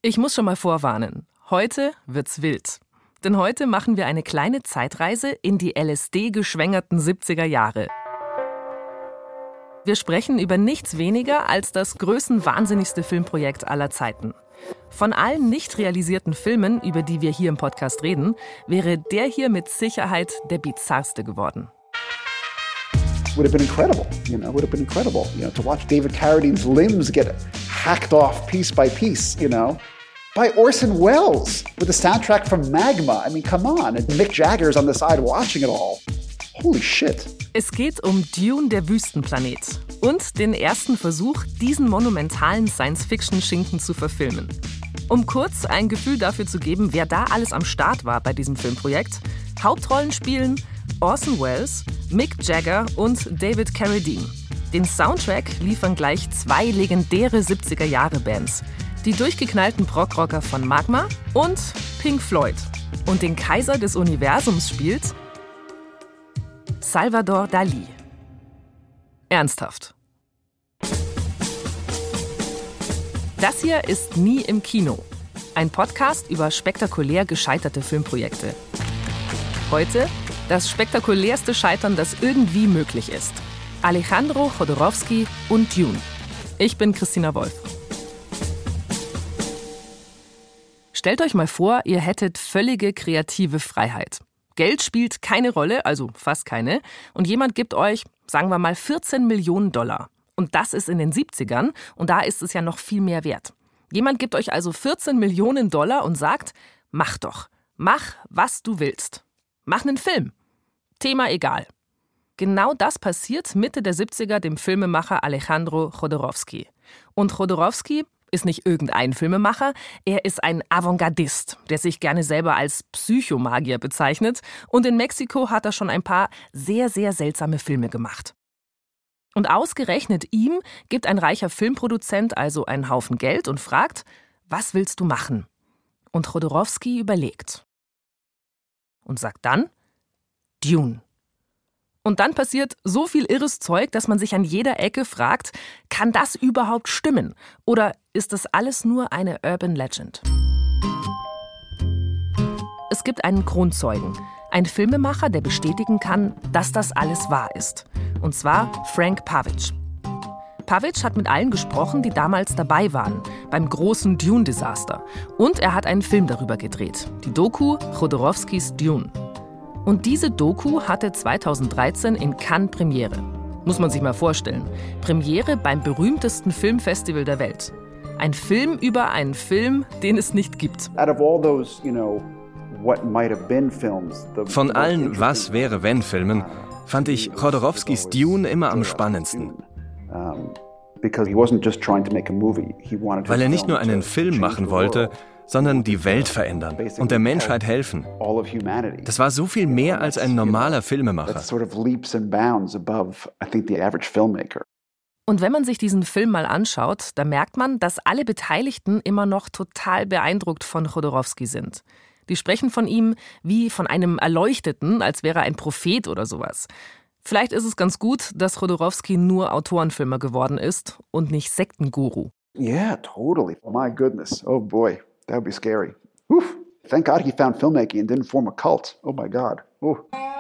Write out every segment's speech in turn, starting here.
Ich muss schon mal vorwarnen, heute wird's wild. Denn heute machen wir eine kleine Zeitreise in die LSD-geschwängerten 70er Jahre. Wir sprechen über nichts weniger als das größenwahnsinnigste Filmprojekt aller Zeiten. Von allen nicht realisierten Filmen, über die wir hier im Podcast reden, wäre der hier mit Sicherheit der bizarrste geworden. Would have been incredible, to watch David Carradine's limbs get hacked off piece by piece, by Orson Welles with the soundtrack from Magma. I mean, come on. And Mick Jagger's on the side watching it all. Holy shit. Es geht um Dune, der Wüstenplanet und den ersten Versuch, diesen monumentalen Science-Fiction-Schinken zu verfilmen. Um kurz ein Gefühl dafür zu geben, wer da alles am Start war bei diesem Filmprojekt: Hauptrollen spielen Orson Welles, Mick Jagger und David Carradine. Den Soundtrack liefern gleich zwei legendäre 70er-Jahre-Bands: die durchgeknallten Prog-Rocker von Magma und Pink Floyd. Und den Kaiser des Universums spielt Salvador Dalí. Ernsthaft. Das hier ist Nie im Kino. Ein Podcast über spektakulär gescheiterte Filmprojekte. Heute das spektakulärste Scheitern, das irgendwie möglich ist. Alejandro Jodorowsky und Dune. Ich bin Christina Wolf. Stellt euch mal vor, ihr hättet völlige kreative Freiheit. Geld spielt keine Rolle, also fast keine, und jemand gibt euch, sagen wir mal, 14 Millionen $. Und das ist in den 70ern und da ist es ja noch viel mehr wert. Jemand gibt euch also 14 Millionen $ und sagt: Mach doch, mach, was du willst. Mach einen Film. Thema egal. Genau das passiert Mitte der 70er dem Filmemacher Alejandro Jodorowsky. Und Jodorowsky ist nicht irgendein Filmemacher, er ist ein Avantgardist, der sich gerne selber als Psychomagier bezeichnet. Und in Mexiko hat er schon ein paar sehr, sehr seltsame Filme gemacht. Und ausgerechnet ihm gibt ein reicher Filmproduzent also einen Haufen Geld und fragt: Was willst du machen? Und Jodorowsky überlegt. Und sagt dann: Dune. Und dann passiert so viel irres Zeug, dass man sich an jeder Ecke fragt: Kann das überhaupt stimmen? Oder ist das alles nur eine Urban Legend? Es gibt einen Kronzeugen, einen Filmemacher, der bestätigen kann, dass das alles wahr ist. Und zwar Frank Pavich. Pavich hat mit allen gesprochen, die damals dabei waren, beim großen Dune-Desaster. Und er hat einen Film darüber gedreht, die Doku Jodorowskys Dune. Und diese Doku hatte 2013 in Cannes Premiere. Muss man sich mal vorstellen. Premiere beim berühmtesten Filmfestival der Welt. Ein Film über einen Film, den es nicht gibt. Von allen Was-wäre-wenn-Filmen fand ich Jodorowskys Dune immer am spannendsten. Weil er nicht nur einen Film machen wollte, sondern die Welt verändern und der Menschheit helfen. Das war so viel mehr als ein normaler Filmemacher. Und wenn man sich diesen Film mal anschaut, da merkt man, dass alle Beteiligten immer noch total beeindruckt von Jodorowsky sind. Die sprechen von ihm wie von einem Erleuchteten, als wäre er ein Prophet oder sowas. Vielleicht ist es ganz gut, dass Jodorowsky nur Autorenfilmer geworden ist und nicht Sektenguru. Yeah, totally. Oh my goodness. Oh boy, that would be scary. Oof. Thank God he found filmmaking and didn't form a cult. Oh my God. Ooh.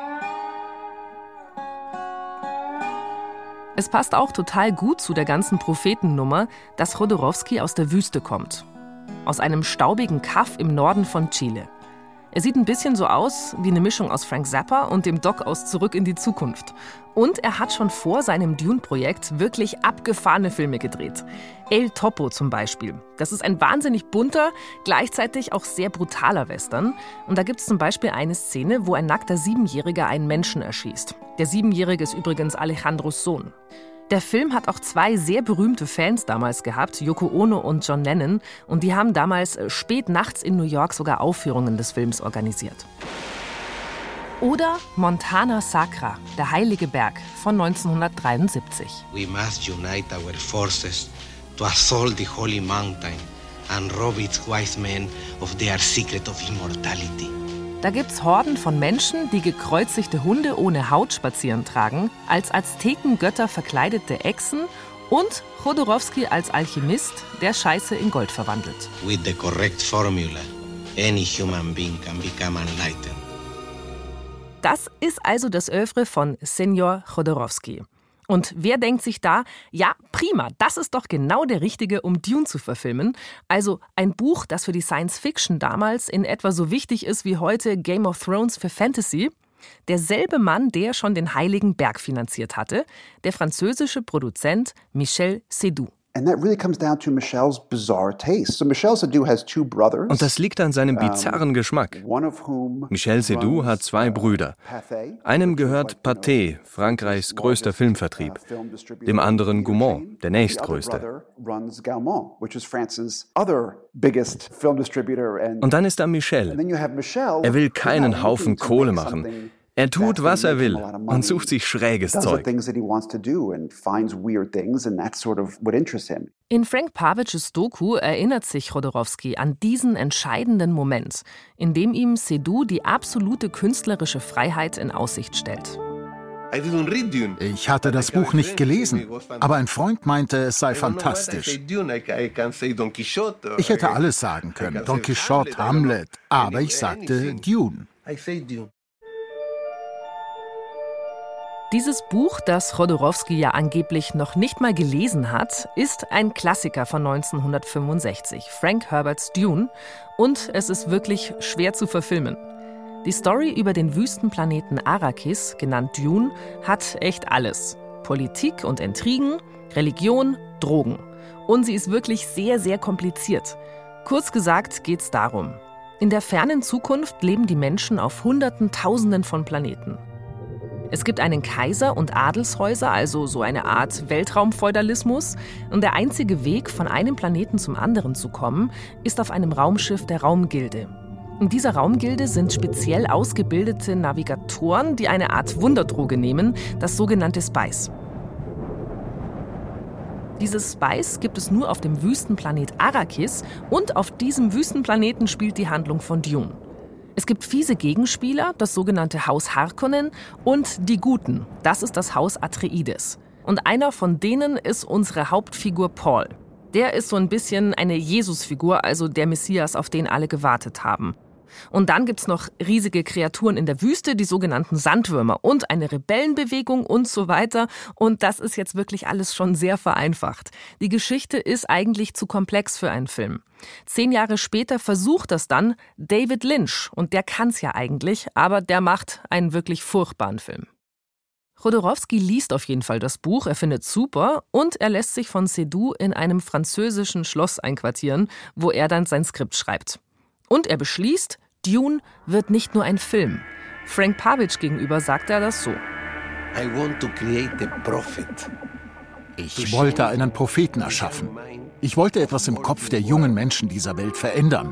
Es passt auch total gut zu der ganzen Prophetennummer, dass Jodorowsky aus der Wüste kommt. Aus einem staubigen Kaff im Norden von Chile. Er sieht ein bisschen so aus wie eine Mischung aus Frank Zappa und dem Doc aus Zurück in die Zukunft. Und er hat schon vor seinem Dune-Projekt wirklich abgefahrene Filme gedreht. El Topo zum Beispiel. Das ist ein wahnsinnig bunter, gleichzeitig auch sehr brutaler Western. Und da gibt es zum Beispiel eine Szene, wo ein nackter 7-Jähriger einen Menschen erschießt. Der 7-Jährige ist übrigens Alejandros Sohn. Der Film hat auch 2 sehr berühmte Fans damals gehabt, Yoko Ono und John Lennon. Und die haben damals spät nachts in New York sogar Aufführungen des Films organisiert. Oder Montana Sacra, der Heilige Berg von 1973. We must unite our forces to assault the holy mountain and rob its wise men of their secret of immortality. Da gibt's Horden von Menschen, die gekreuzigte Hunde ohne Haut spazieren tragen, als Aztekengötter verkleidete Echsen Und Chodorowski als Alchemist, der Scheiße in Gold verwandelt. With the correct formula, any human being can become enlightened. Das ist also das Œuvre von Senior Chodorowski. Und wer denkt sich da, ja prima, das ist doch genau der Richtige, um Dune zu verfilmen. Also ein Buch, das für die Science Fiction damals in etwa so wichtig ist wie heute Game of Thrones für Fantasy. Derselbe Mann, der schon den Heiligen Berg finanziert hatte, der französische Produzent Michel Seydoux. And that really comes down to Michel's bizarre taste. So Michel Seydoux has two brothers. Und das liegt an seinem bizarren Geschmack. Michel Seydoux hat zwei Brüder. Einem gehört Pathé, Frankreichs größter Filmvertrieb. Dem anderen Gaumont, der nächstgrößte. Und dann ist da Michel. Er will keinen Haufen Kohle machen. Er tut, was er will und sucht sich schräges Zeug. In Frank Pavlics Doku erinnert sich Chodorowski an diesen entscheidenden Moment, in dem ihm Seydoux die absolute künstlerische Freiheit in Aussicht stellt. Ich hatte das Buch nicht gelesen, aber ein Freund meinte, es sei fantastisch. Ich hätte alles sagen können, Don Quixote, Hamlet, aber ich sagte Dune. Dieses Buch, das Chodorowski ja angeblich noch nicht mal gelesen hat, ist ein Klassiker von 1965, Frank Herberts Dune, und es ist wirklich schwer zu verfilmen. Die Story über den Wüstenplaneten Arrakis, genannt Dune, hat echt alles. Politik und Intrigen, Religion, Drogen. Und sie ist wirklich sehr, sehr kompliziert. Kurz gesagt geht's darum: In der fernen Zukunft leben die Menschen auf Hunderten, Tausenden von Planeten. Es gibt einen Kaiser und Adelshäuser, also so eine Art Weltraumfeudalismus. Und der einzige Weg, von einem Planeten zum anderen zu kommen, ist auf einem Raumschiff der Raumgilde. In dieser Raumgilde sind speziell ausgebildete Navigatoren, die eine Art Wunderdroge nehmen, das sogenannte Spice. Dieses Spice gibt es nur auf dem Wüstenplanet Arrakis und auf diesem Wüstenplaneten spielt die Handlung von Dune. Es gibt fiese Gegenspieler, das sogenannte Haus Harkonnen, und die Guten, das ist das Haus Atreides. Und einer von denen ist unsere Hauptfigur Paul. Der ist so ein bisschen eine Jesusfigur, also der Messias, auf den alle gewartet haben. Und dann gibt's noch riesige Kreaturen in der Wüste, die sogenannten Sandwürmer, und eine Rebellenbewegung und so weiter. Und das ist jetzt wirklich alles schon sehr vereinfacht. Die Geschichte ist eigentlich zu komplex für einen Film. 10 Jahre später versucht das dann David Lynch. Und der kann's ja eigentlich, aber der macht einen wirklich furchtbaren Film. Chodorowski liest auf jeden Fall das Buch, er findet es super und er lässt sich von Seydoux in einem französischen Schloss einquartieren, wo er dann sein Skript schreibt. Und er beschließt, Dune wird nicht nur ein Film. Frank Pavlic gegenüber sagt er das so: Ich wollte einen Propheten erschaffen. Ich wollte etwas im Kopf der jungen Menschen dieser Welt verändern.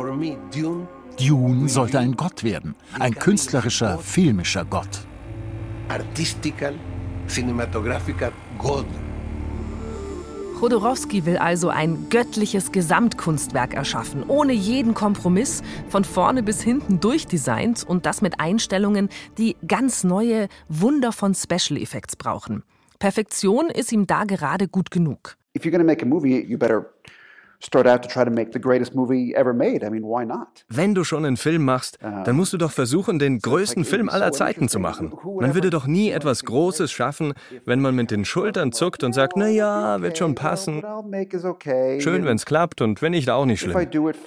Dune sollte ein Gott werden, ein künstlerischer, filmischer Gott. Artistical, cinematographical God. Chodorowski will also ein göttliches Gesamtkunstwerk erschaffen, ohne jeden Kompromiss, von vorne bis hinten durchdesignt und das mit Einstellungen, die ganz neue Wunder von Special Effects brauchen. Perfektion ist ihm da gerade gut genug. If you're going to make a movie, you better start out to try to make the greatest movie ever made. I mean, why not? Wenn du schon einen Film machst, dann musst du doch versuchen, den größten Film aller Zeiten zu machen. Man würde doch nie etwas Großes schaffen, wenn man mit den Schultern zuckt und sagt, na ja, wird schon passen. Schön, wenn's klappt und wenn nicht, auch nicht schlimm.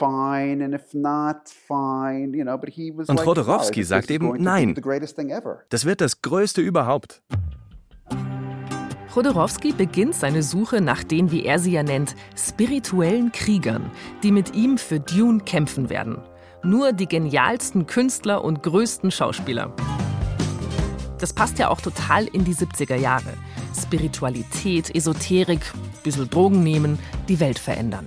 Und Chodorowski sagt eben, nein, das wird das Größte überhaupt. Chodorowski beginnt seine Suche nach den, wie er sie ja nennt, spirituellen Kriegern, die mit ihm für Dune kämpfen werden. Nur die genialsten Künstler und größten Schauspieler. Das passt ja auch total in die 70er Jahre. Spiritualität, Esoterik, bisschen Drogen nehmen, die Welt verändern.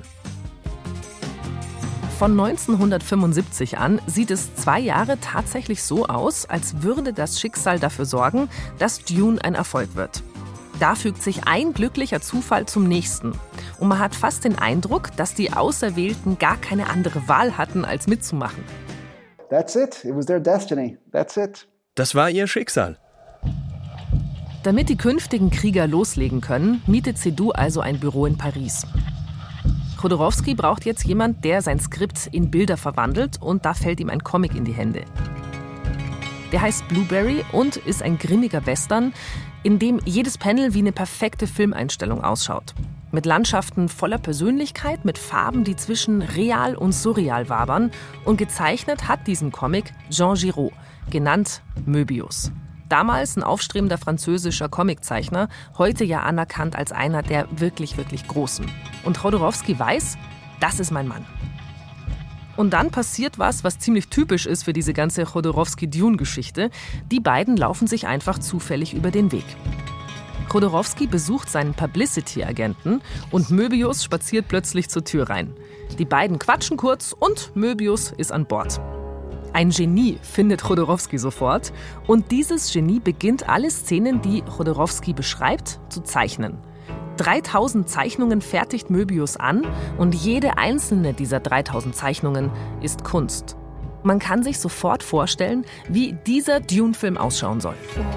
Von 1975 an sieht es 2 Jahre tatsächlich so aus, als würde das Schicksal dafür sorgen, dass Dune ein Erfolg wird. Da fügt sich ein glücklicher Zufall zum nächsten. Und man hat fast den Eindruck, dass die Auserwählten gar keine andere Wahl hatten, als mitzumachen. That's it. It was their destiny. That's it. Das war ihr Schicksal. Damit die künftigen Krieger loslegen können, mietet Seydoux also ein Büro in Paris. Chodorowski braucht jetzt jemand, der sein Skript in Bilder verwandelt, und da fällt ihm ein Comic in die Hände. Der heißt Blueberry und ist ein grimmiger Western, in dem jedes Panel wie eine perfekte Filmeinstellung ausschaut. Mit Landschaften voller Persönlichkeit, mit Farben, die zwischen real und surreal wabern. Und gezeichnet hat diesen Comic Jean Giraud, genannt Möbius. Damals ein aufstrebender französischer Comiczeichner, heute ja anerkannt als einer der wirklich, wirklich Großen. Und Chodorowski weiß, das ist mein Mann. Und dann passiert was ziemlich typisch ist für diese ganze Chodorowski-Dune-Geschichte. Die beiden laufen sich einfach zufällig über den Weg. Chodorowski besucht seinen Publicity-Agenten und Möbius spaziert plötzlich zur Tür rein. Die beiden quatschen kurz und Möbius ist an Bord. Ein Genie findet Chodorowski sofort und dieses Genie beginnt alle Szenen, die Chodorowski beschreibt, zu zeichnen. 3000 Zeichnungen fertigt Möbius an und jede einzelne dieser 3000 Zeichnungen ist Kunst. Man kann sich sofort vorstellen, wie dieser Dune-Film ausschauen soll.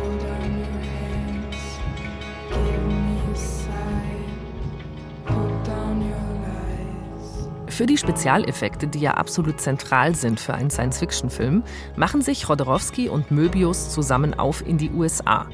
Für die Spezialeffekte, die ja absolut zentral sind für einen Science-Fiction-Film, machen sich Chodorowski und Möbius zusammen auf in die USA.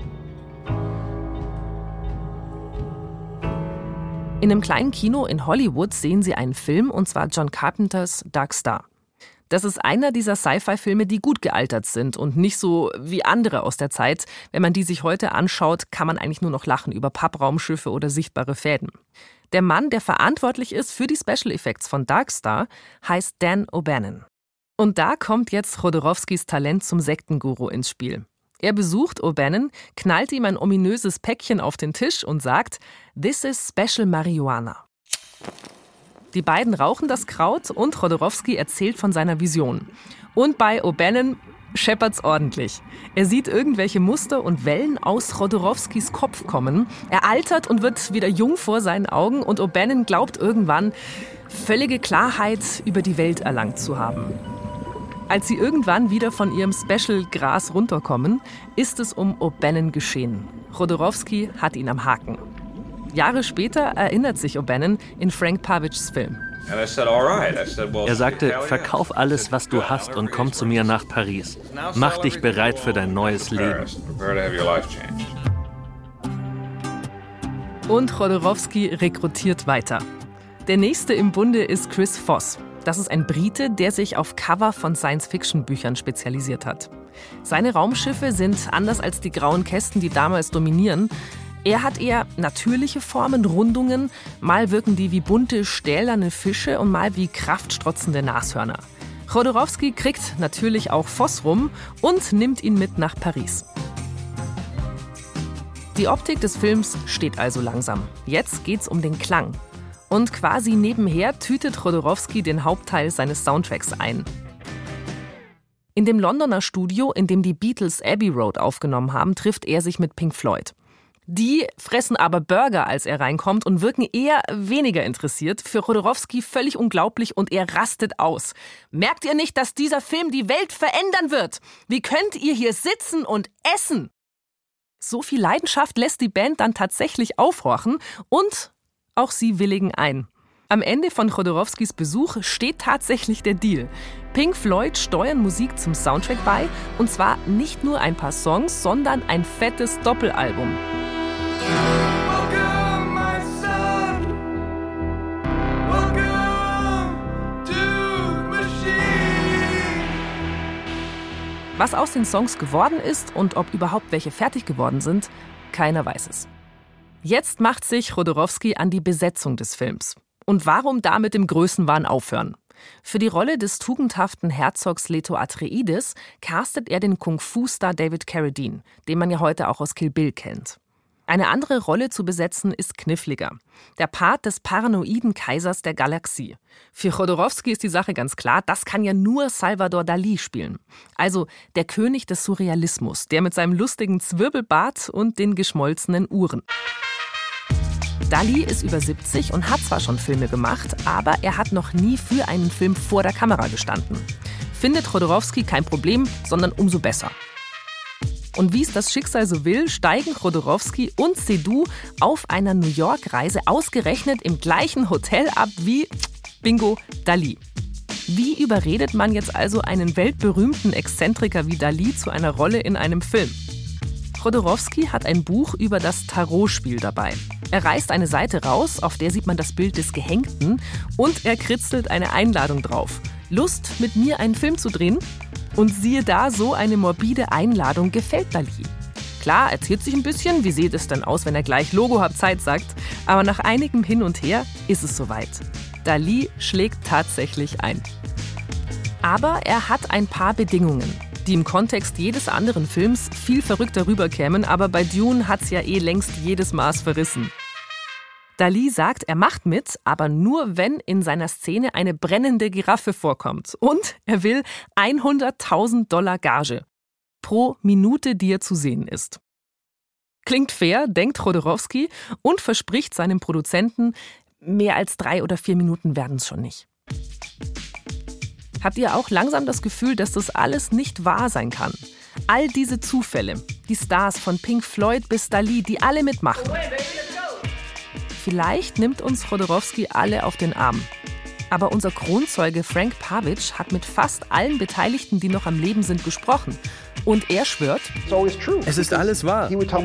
In einem kleinen Kino in Hollywood sehen sie einen Film, und zwar John Carpenters Dark Star. Das ist einer dieser Sci-Fi-Filme, die gut gealtert sind und nicht so wie andere aus der Zeit. Wenn man die sich heute anschaut, kann man eigentlich nur noch lachen über Pappraumschiffe oder sichtbare Fäden. Der Mann, der verantwortlich ist für die Special Effects von Dark Star, heißt Dan O'Bannon. Und da kommt jetzt Chodorowskis Talent zum Sektenguru ins Spiel. Er besucht O'Bannon, knallt ihm ein ominöses Päckchen auf den Tisch und sagt, "This is Special Marihuana." Die beiden rauchen das Kraut und Chodorowski erzählt von seiner Vision. Und bei O'Bannon scheppert's ordentlich. Er sieht irgendwelche Muster und Wellen aus Chodorowskis Kopf kommen. Er altert und wird wieder jung vor seinen Augen und O'Bannon glaubt irgendwann, völlige Klarheit über die Welt erlangt zu haben. Als sie irgendwann wieder von ihrem Special-Gras runterkommen, ist es um O'Bannon geschehen. Chodorowski hat ihn am Haken. Jahre später erinnert sich O'Bannon in Frank Pavichs Film. Er sagte, verkauf alles, was du hast und komm zu mir nach Paris. Mach dich bereit für dein neues Leben. Und Chodorowski rekrutiert weiter. Der nächste im Bunde ist Chris Voss. Das ist ein Brite, der sich auf Cover von Science-Fiction-Büchern spezialisiert hat. Seine Raumschiffe sind anders als die grauen Kästen, die damals dominieren. Er hat eher natürliche Formen, Rundungen. Mal wirken die wie bunte, stählerne Fische und mal wie kraftstrotzende Nashörner. Chodorowski kriegt natürlich auch Voss rum und nimmt ihn mit nach Paris. Die Optik des Films steht also langsam. Jetzt geht's um den Klang. Und quasi nebenher tütet Chodorowski den Hauptteil seines Soundtracks ein. In dem Londoner Studio, in dem die Beatles Abbey Road aufgenommen haben, trifft er sich mit Pink Floyd. Die fressen aber Burger, als er reinkommt, und wirken eher weniger interessiert. Für Chodorowski völlig unglaublich und er rastet aus. Merkt ihr nicht, dass dieser Film die Welt verändern wird? Wie könnt ihr hier sitzen und essen? So viel Leidenschaft lässt die Band dann tatsächlich aufhorchen und auch sie willigen ein. Am Ende von Chodorowskis Besuch steht tatsächlich der Deal. Pink Floyd steuern Musik zum Soundtrack bei, und zwar nicht nur ein paar Songs, sondern ein fettes Doppelalbum. Welcome, my son. Welcome to the machine. Was aus den Songs geworden ist und ob überhaupt welche fertig geworden sind, keiner weiß es. Jetzt macht sich Chodorowski an die Besetzung des Films. Und warum da mit dem Größenwahn aufhören? Für die Rolle des tugendhaften Herzogs Leto Atreides castet er den Kung-Fu-Star David Carradine, den man ja heute auch aus Kill Bill kennt. Eine andere Rolle zu besetzen ist kniffliger. Der Part des paranoiden Kaisers der Galaxie. Für Chodorowski ist die Sache ganz klar, das kann ja nur Salvador Dalí spielen. Also der König des Surrealismus, der mit seinem lustigen Zwirbelbart und den geschmolzenen Uhren. Dalí ist über 70 und hat zwar schon Filme gemacht, aber er hat noch nie für einen Film vor der Kamera gestanden. Findet Chodorowski kein Problem, sondern umso besser. Und wie es das Schicksal so will, steigen Chodorowski und Seydoux auf einer New York-Reise ausgerechnet im gleichen Hotel ab wie, bingo, Dalí. Wie überredet man jetzt also einen weltberühmten Exzentriker wie Dalí zu einer Rolle in einem Film? Chodorowski hat ein Buch über das Tarotspiel dabei. Er reißt eine Seite raus, auf der sieht man das Bild des Gehängten und er kritzelt eine Einladung drauf. Lust, mit mir einen Film zu drehen? Und siehe da, so eine morbide Einladung gefällt Dalí. Klar, er ziert sich ein bisschen, wie sieht es denn aus, wenn er gleich Logo hab Zeit sagt, aber nach einigem Hin und Her ist es soweit. Dalí schlägt tatsächlich ein. Aber er hat ein paar Bedingungen, die im Kontext jedes anderen Films viel verrückter rüberkämen, aber bei Dune hat's ja längst jedes Maß verrissen. Dalí sagt, er macht mit, aber nur, wenn in seiner Szene eine brennende Giraffe vorkommt. Und er will $100.000 Gage pro Minute, die er zu sehen ist. Klingt fair, denkt Chodorowski und verspricht seinem Produzenten, mehr als 3 oder 4 Minuten werden es schon nicht. Habt ihr auch langsam das Gefühl, dass das alles nicht wahr sein kann? All diese Zufälle, die Stars von Pink Floyd bis Dalí, die alle mitmachen. Vielleicht nimmt uns Chodorowski alle auf den Arm. Aber unser Kronzeuge Frank Pavich hat mit fast allen Beteiligten, die noch am Leben sind, gesprochen. Und er schwört, es ist alles wahr.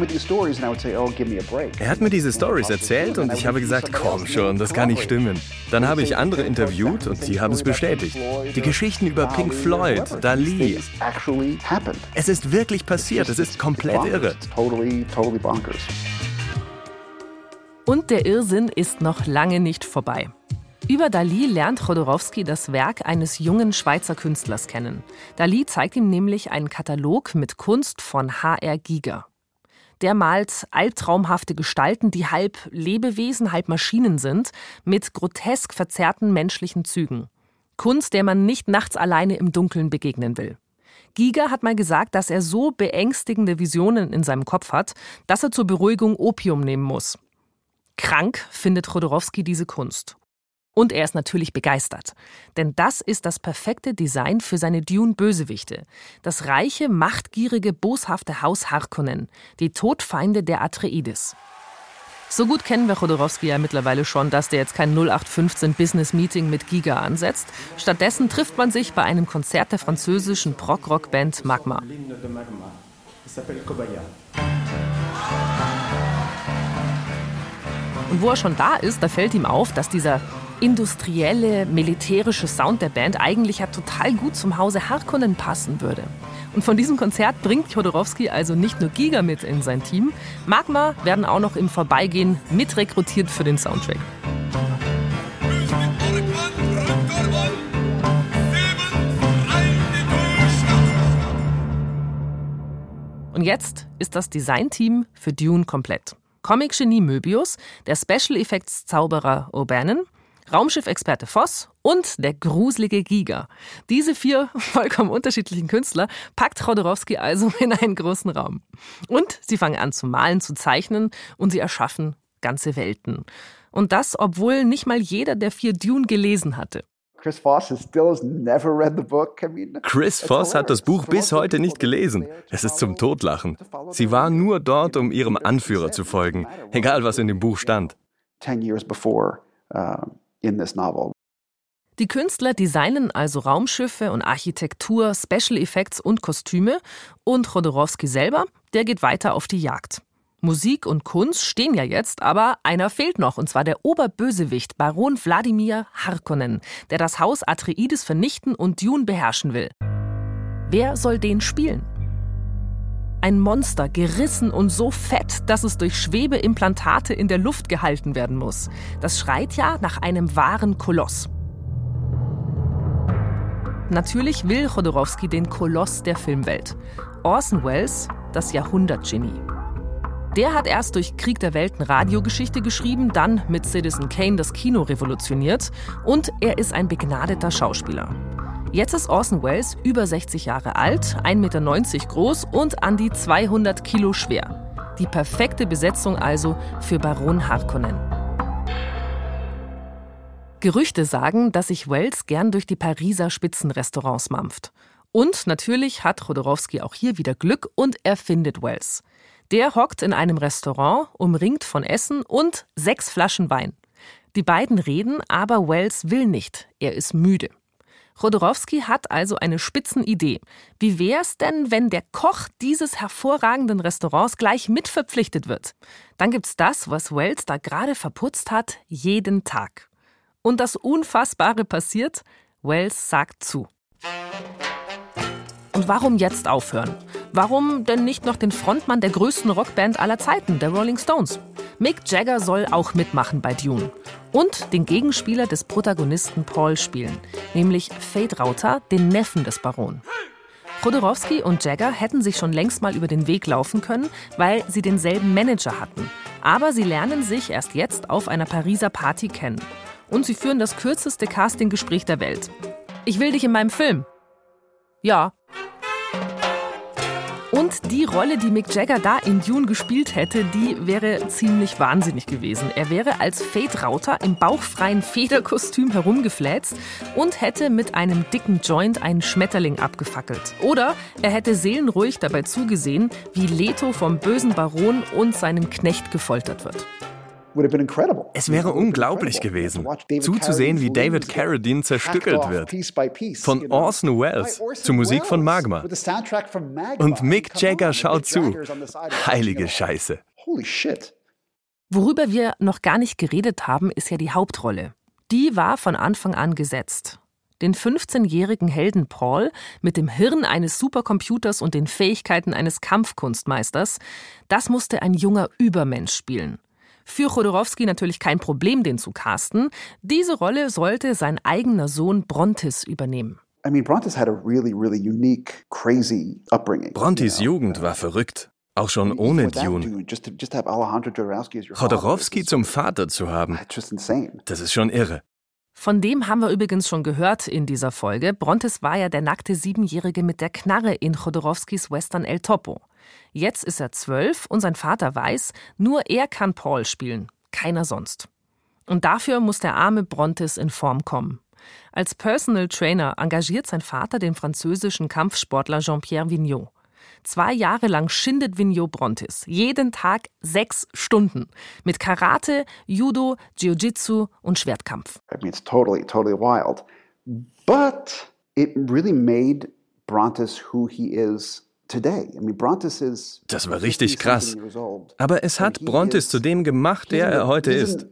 Er hat mir diese Stories erzählt und ich habe gesagt, komm schon, das kann nicht stimmen. Dann habe ich andere interviewt und die haben es bestätigt. Die Geschichten über Pink Floyd, Dalí. Es ist wirklich passiert, es ist komplett irre. Und der Irrsinn ist noch lange nicht vorbei. Über Dalí lernt Chodorowski das Werk eines jungen Schweizer Künstlers kennen. Dalí zeigt ihm nämlich einen Katalog mit Kunst von H.R. Giger. Der malt albtraumhafte Gestalten, die halb Lebewesen, halb Maschinen sind, mit grotesk verzerrten menschlichen Zügen. Kunst, der man nicht nachts alleine im Dunkeln begegnen will. Giger hat mal gesagt, dass er so beängstigende Visionen in seinem Kopf hat, dass er zur Beruhigung Opium nehmen muss. Krank findet Chodorowski diese Kunst. Und er ist natürlich begeistert. Denn das ist das perfekte Design für seine Dune-Bösewichte. Das reiche, machtgierige, boshafte Haus Harkonnen. Die Todfeinde der Atreides. So gut kennen wir Chodorowski ja mittlerweile schon, dass der jetzt kein 0815-Business-Meeting mit Giger ansetzt. Stattdessen trifft man sich bei einem Konzert der französischen Prog-Rock-Band Magma. Und wo er schon da ist, da fällt ihm auf, dass dieser industrielle, militärische Sound der Band eigentlich ja total gut zum Hause Harkonnen passen würde. Und von diesem Konzert bringt Chodorowski also nicht nur Giger mit in sein Team, Magma werden auch noch im Vorbeigehen mitrekrutiert für den Soundtrack. Und jetzt ist das Designteam für Dune komplett. Comic-Genie Möbius, der Special-Effects-Zauberer O'Bannon, Raumschiff-Experte Voss und der gruselige Giger. Diese 4 vollkommen unterschiedlichen Künstler packt Chodorowski also in einen großen Raum. Und sie fangen an zu malen, zu zeichnen und sie erschaffen ganze Welten. Und das, obwohl nicht mal jeder der 4 Dune gelesen hatte. Chris Voss hat das Buch bis heute nicht gelesen. Es ist zum Totlachen. Sie war nur dort, um ihrem Anführer zu folgen, egal was in dem Buch stand. 10 years before in this novel. Die Künstler designen also Raumschiffe und Architektur, Special Effects und Kostüme und Chodorowski selber, der geht weiter auf die Jagd. Musik und Kunst stehen ja jetzt, aber einer fehlt noch, und zwar der Oberbösewicht Baron Wladimir Harkonnen, der das Haus Atreides vernichten und Dune beherrschen will. Wer soll den spielen? Ein Monster, gerissen und so fett, dass es durch Schwebeimplantate in der Luft gehalten werden muss. Das schreit ja nach einem wahren Koloss. Natürlich will Chodorowski den Koloss der Filmwelt. Orson Welles, das Jahrhundertgenie. Der hat erst durch Krieg der Welten Radiogeschichte geschrieben, dann mit Citizen Kane das Kino revolutioniert und er ist ein begnadeter Schauspieler. Jetzt ist Orson Welles über 60 Jahre alt, 1,90 Meter groß und an die 200 Kilo schwer. Die perfekte Besetzung also für Baron Harkonnen. Gerüchte sagen, dass sich Welles gern durch die Pariser Spitzenrestaurants mampft. Und natürlich hat Chodorowski auch hier wieder Glück und er findet Welles. Der hockt in einem Restaurant, umringt von Essen und 6 Flaschen Wein. Die beiden reden, aber Welles will nicht. Er ist müde. Chodorowski hat also eine Spitzenidee. Wie wär's denn, wenn der Koch dieses hervorragenden Restaurants gleich mitverpflichtet wird? Dann gibt's das, was Welles da gerade verputzt hat, jeden Tag. Und das Unfassbare passiert, Welles sagt zu. Und warum jetzt aufhören? Warum denn nicht noch den Frontmann der größten Rockband aller Zeiten, der Rolling Stones? Mick Jagger soll auch mitmachen bei Dune. Und den Gegenspieler des Protagonisten Paul spielen, nämlich Feyd-Rautha, den Neffen des Baron. Chodorowski und Jagger hätten sich schon längst mal über den Weg laufen können, weil sie denselben Manager hatten. Aber sie lernen sich erst jetzt auf einer Pariser Party kennen. Und sie führen das kürzeste Castinggespräch der Welt. Ich will dich in meinem Film. Ja. Und die Rolle, die Mick Jagger da in Dune gespielt hätte, die wäre ziemlich wahnsinnig gewesen. Er wäre als Feyd-Rautha im bauchfreien Federkostüm herumgefläzt und hätte mit einem dicken Joint einen Schmetterling abgefackelt. Oder er hätte seelenruhig dabei zugesehen, wie Leto vom bösen Baron und seinem Knecht gefoltert wird. Es wäre unglaublich gewesen, zuzusehen, wie David Carradine zerstückelt wird. Von Orson Welles zur Musik von Magma. Und Mick Jagger schaut zu. Heilige Scheiße. Worüber wir noch gar nicht geredet haben, ist ja die Hauptrolle. Die war von Anfang an gesetzt. Den 15-jährigen Helden Paul mit dem Hirn eines Supercomputers und den Fähigkeiten eines Kampfkunstmeisters, das musste ein junger Übermensch spielen. Für Chodorowski natürlich kein Problem, den zu casten. Diese Rolle sollte sein eigener Sohn Brontis übernehmen. Brontis Jugend war verrückt, auch schon ohne Dune. Chodorowski zum Vater zu haben, das ist schon irre. Von dem haben wir übrigens schon gehört in dieser Folge. Brontis war ja der nackte 7-Jährige mit der Knarre in Chodorowskis Western El Topo. Jetzt ist er 12 und sein Vater weiß, nur er kann Paul spielen, keiner sonst. Und dafür muss der arme Brontis in Form kommen. Als Personal Trainer engagiert sein Vater den französischen Kampfsportler Jean-Pierre Vignot. 2 Jahre lang schindet Vignot Brontis, jeden Tag 6 Stunden, mit Karate, Judo, Jiu-Jitsu und Schwertkampf. It's totally wild. But it really made Brontis who he is today. Das war richtig krass. Aber es hat Brontis zu dem gemacht, der er heute ist.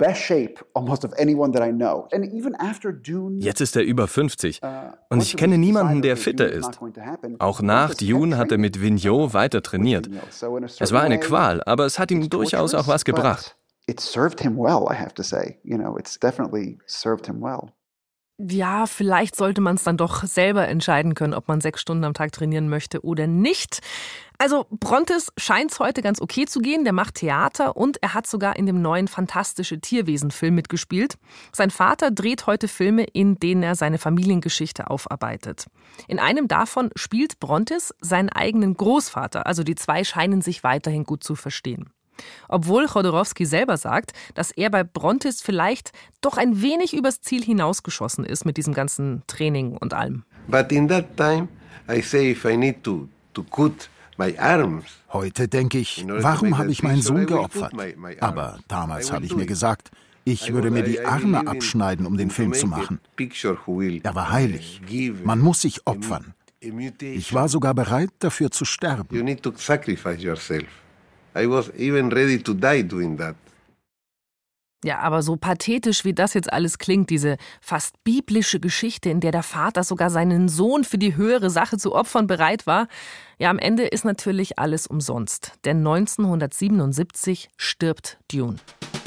Jetzt ist er über 50. Und ich kenne niemanden, der fitter ist. Auch nach Dune hat er mit Vignot weiter trainiert. Es war eine Qual, aber es hat ihm durchaus auch was gebracht. It served him well, I have to say. It's definitely served him well. Ja, vielleicht sollte man es dann doch selber entscheiden können, ob man 6 Stunden am Tag trainieren möchte oder nicht. Also Brontis scheint es heute ganz okay zu gehen. Der macht Theater und er hat sogar in dem neuen Fantastische Tierwesen-Film mitgespielt. Sein Vater dreht heute Filme, in denen er seine Familiengeschichte aufarbeitet. In einem davon spielt Brontis seinen eigenen Großvater. Also die 2 scheinen sich weiterhin gut zu verstehen. Obwohl Chodorowski selber sagt, dass er bei Brontis vielleicht doch ein wenig übers Ziel hinausgeschossen ist mit diesem ganzen Training und allem. But in that time, I say if I need to cut my arms. Heute denke ich, warum habe ich meinen Sohn geopfert? Aber damals habe ich mir gesagt, ich würde mir die Arme abschneiden, um den Film zu machen. Er war heilig. Man muss sich opfern. Ich war sogar bereit, dafür zu sterben. You need to sacrifice yourself. I was even ready to die doing that. Ja, aber so pathetisch wie das jetzt alles klingt, diese fast biblische Geschichte, in der der Vater sogar seinen Sohn für die höhere Sache zu opfern bereit war, ja, am Ende ist natürlich alles umsonst. Denn 1977 stirbt Dune.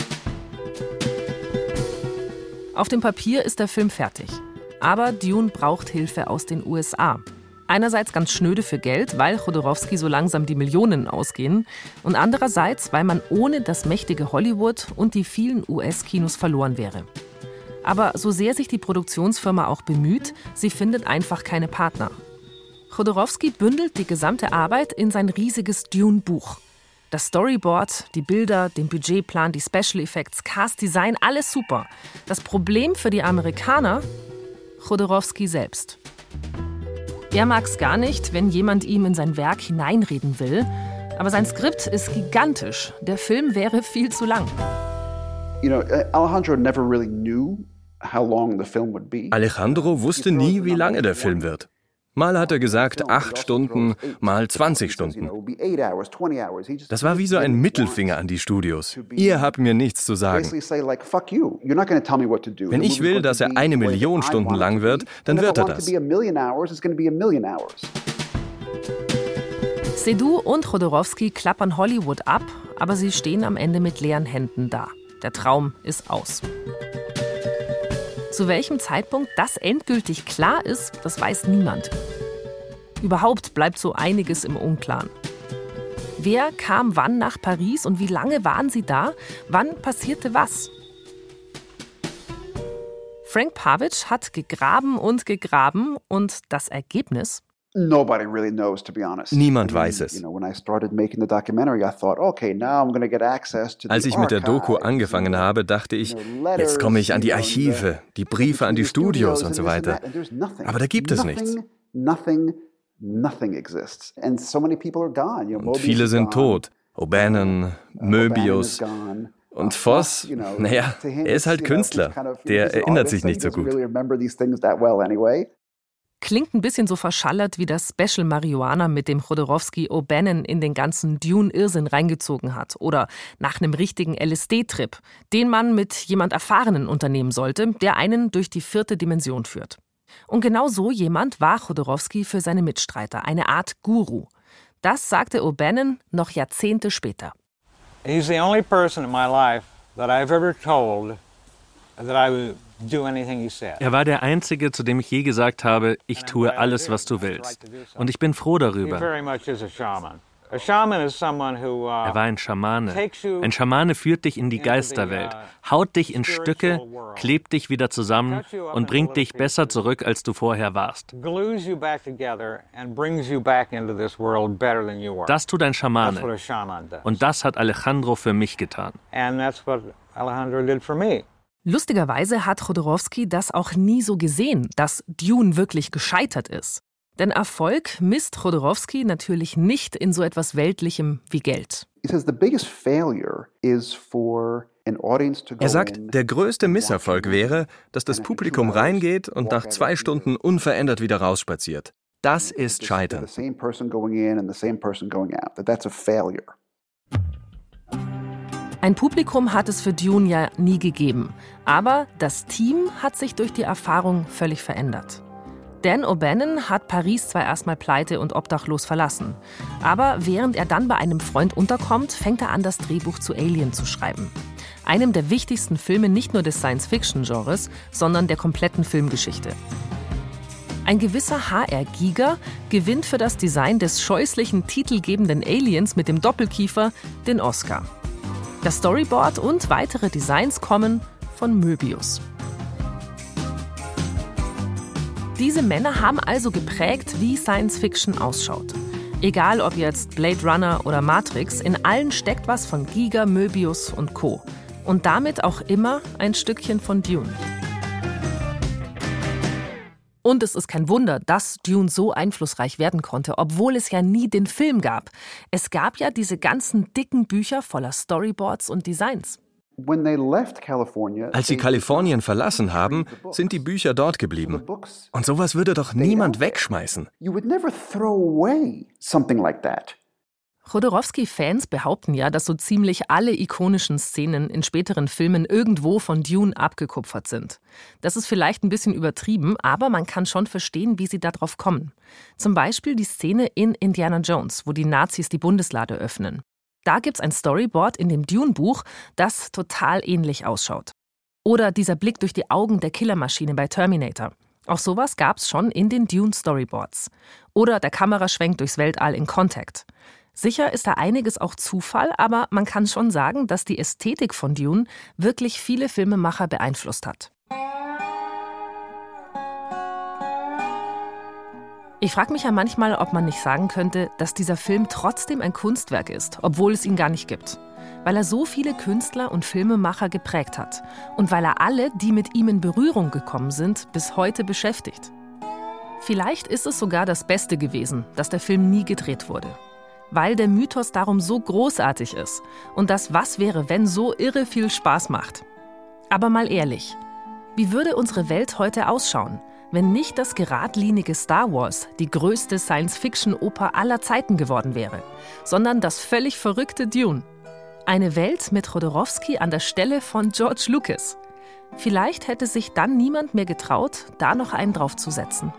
Auf dem Papier ist der Film fertig. Aber Dune braucht Hilfe aus den USA. Einerseits ganz schnöde für Geld, weil Chodorowski so langsam die Millionen ausgehen. Und andererseits, weil man ohne das mächtige Hollywood und die vielen US-Kinos verloren wäre. Aber so sehr sich die Produktionsfirma auch bemüht, sie findet einfach keine Partner. Chodorowski bündelt die gesamte Arbeit in sein riesiges Dune-Buch. Das Storyboard, die Bilder, den Budgetplan, die Special Effects, Cast Design, alles super. Das Problem für die Amerikaner? Chodorowski selbst. Er mag's gar nicht, wenn jemand ihm in sein Werk hineinreden will. Aber sein Skript ist gigantisch. Der Film wäre viel zu lang. Alejandro never really knew how long the film would be. Alejandro wusste nie, wie lange der Film wird. Mal hat er gesagt 8 Stunden, mal 20 Stunden. Das war wie so ein Mittelfinger an die Studios. Ihr habt mir nichts zu sagen. Wenn ich will, dass er 1 Million Stunden lang wird, dann wird er das. Seydoux und Jodorowsky klappern Hollywood ab, aber sie stehen am Ende mit leeren Händen da. Der Traum ist aus. Zu welchem Zeitpunkt das endgültig klar ist, das weiß niemand. Überhaupt bleibt so einiges im Unklaren. Wer kam wann nach Paris und wie lange waren sie da? Wann passierte was? Frank Pavich hat gegraben und das Ergebnis? Niemand weiß es. Als ich mit der Doku angefangen habe, dachte ich, jetzt komme ich an die Archive, die Briefe an die Studios und so weiter. Aber da gibt es nichts. Und viele sind tot. O'Bannon, Möbius und Voss, naja, er ist halt Künstler. Der erinnert sich nicht so gut. Klingt ein bisschen so verschallert wie das Special Marihuana, mit dem Jodorowsky O'Bannon in den ganzen Dune-Irrsinn reingezogen hat. Oder nach einem richtigen LSD-Trip, den man mit jemand Erfahrenen unternehmen sollte, der einen durch die 4. Dimension führt. Und genau so jemand war Jodorowsky für seine Mitstreiter, eine Art Guru. Das sagte O'Bannon noch Jahrzehnte später. He's the only person in my life that I've ever told that I would do anything he said. Er war der Einzige, zu dem ich je gesagt habe, ich tue alles, was du willst. Und ich bin froh darüber. Er war ein Schamane. Ein Schamane führt dich in die Geisterwelt, haut dich in Stücke, klebt dich wieder zusammen und bringt dich besser zurück, als du vorher warst. Das tut ein Schamane. Und das hat Alejandro für mich getan. Lustigerweise hat Jodorowsky das auch nie so gesehen, dass Dune wirklich gescheitert ist. Denn Erfolg misst Jodorowsky natürlich nicht in so etwas Weltlichem wie Geld. Er sagt, der größte Misserfolg wäre, dass das Publikum reingeht und nach 2 Stunden unverändert wieder rausspaziert. Das ist Scheitern. Ein Publikum hat es für Dune ja nie gegeben. Aber das Team hat sich durch die Erfahrung völlig verändert. Dan O'Bannon hat Paris zwar erstmal pleite und obdachlos verlassen. Aber während er dann bei einem Freund unterkommt, fängt er an, das Drehbuch zu Alien zu schreiben. Einem der wichtigsten Filme nicht nur des Science-Fiction-Genres, sondern der kompletten Filmgeschichte. Ein gewisser H.R. Giger gewinnt für das Design des scheußlichen titelgebenden Aliens mit dem Doppelkiefer den Oscar. Das Storyboard und weitere Designs kommen von Möbius. Diese Männer haben also geprägt, wie Science-Fiction ausschaut. Egal ob jetzt Blade Runner oder Matrix, in allen steckt was von Giger, Möbius und Co. Und damit auch immer ein Stückchen von Dune. Und es ist kein Wunder, dass Dune so einflussreich werden konnte, obwohl es ja nie den Film gab. Es gab ja diese ganzen dicken Bücher voller Storyboards und Designs. Als sie Kalifornien verlassen haben, sind die Bücher dort geblieben. Und sowas würde doch niemand wegschmeißen. Jodorowsky-Fans behaupten ja, dass so ziemlich alle ikonischen Szenen in späteren Filmen irgendwo von Dune abgekupfert sind. Das ist vielleicht ein bisschen übertrieben, aber man kann schon verstehen, wie sie darauf kommen. Zum Beispiel die Szene in Indiana Jones, wo die Nazis die Bundeslade öffnen. Da gibt's ein Storyboard in dem Dune-Buch, das total ähnlich ausschaut. Oder dieser Blick durch die Augen der Killermaschine bei Terminator. Auch sowas gab's schon in den Dune-Storyboards. Oder der Kameraschwenk durchs Weltall in Contact. Sicher ist da einiges auch Zufall, aber man kann schon sagen, dass die Ästhetik von Dune wirklich viele Filmemacher beeinflusst hat. Ich frage mich ja manchmal, ob man nicht sagen könnte, dass dieser Film trotzdem ein Kunstwerk ist, obwohl es ihn gar nicht gibt. Weil er so viele Künstler und Filmemacher geprägt hat. Und weil er alle, die mit ihm in Berührung gekommen sind, bis heute beschäftigt. Vielleicht ist es sogar das Beste gewesen, dass der Film nie gedreht wurde. Weil der Mythos darum so großartig ist und das Was wäre, wenn so irre viel Spaß macht. Aber mal ehrlich, wie würde unsere Welt heute ausschauen, wenn nicht das geradlinige Star Wars die größte Science-Fiction-Oper aller Zeiten geworden wäre, sondern das völlig verrückte Dune? Eine Welt mit Jodorowsky an der Stelle von George Lucas. Vielleicht hätte sich dann niemand mehr getraut, da noch einen draufzusetzen.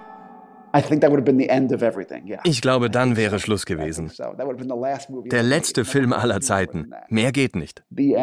Ich glaube, dann wäre Schluss gewesen. Der letzte Film aller Zeiten. Mehr geht nicht.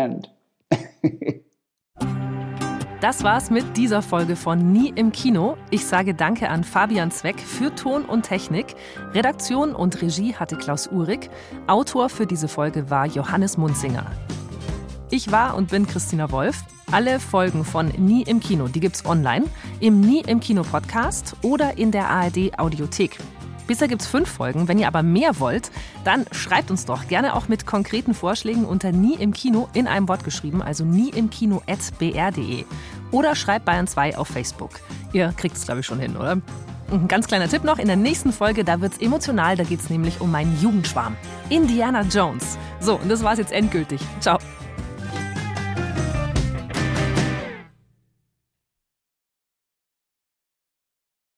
Das war's mit dieser Folge von Nie im Kino. Ich sage Danke an Fabian Zweck für Ton und Technik. Redaktion und Regie hatte Klaus Uhrig. Autor für diese Folge war Johannes Munzinger. Ich war und bin Christina Wolf. Alle Folgen von Nie im Kino, die gibt's online, im Nie im Kino Podcast oder in der ARD Audiothek. Bisher gibt's 5 Folgen. Wenn ihr aber mehr wollt, dann schreibt uns doch gerne auch mit konkreten Vorschlägen unter Nie im Kino in einem Wort geschrieben, also nieimkino@br.de. Oder schreibt Bayern 2 auf Facebook. Ihr kriegt es, glaube ich, schon hin, oder? Und ein ganz kleiner Tipp noch, in der nächsten Folge, da wird's emotional, da geht's nämlich um meinen Jugendschwarm. Indiana Jones. So, und das war's jetzt endgültig. Ciao.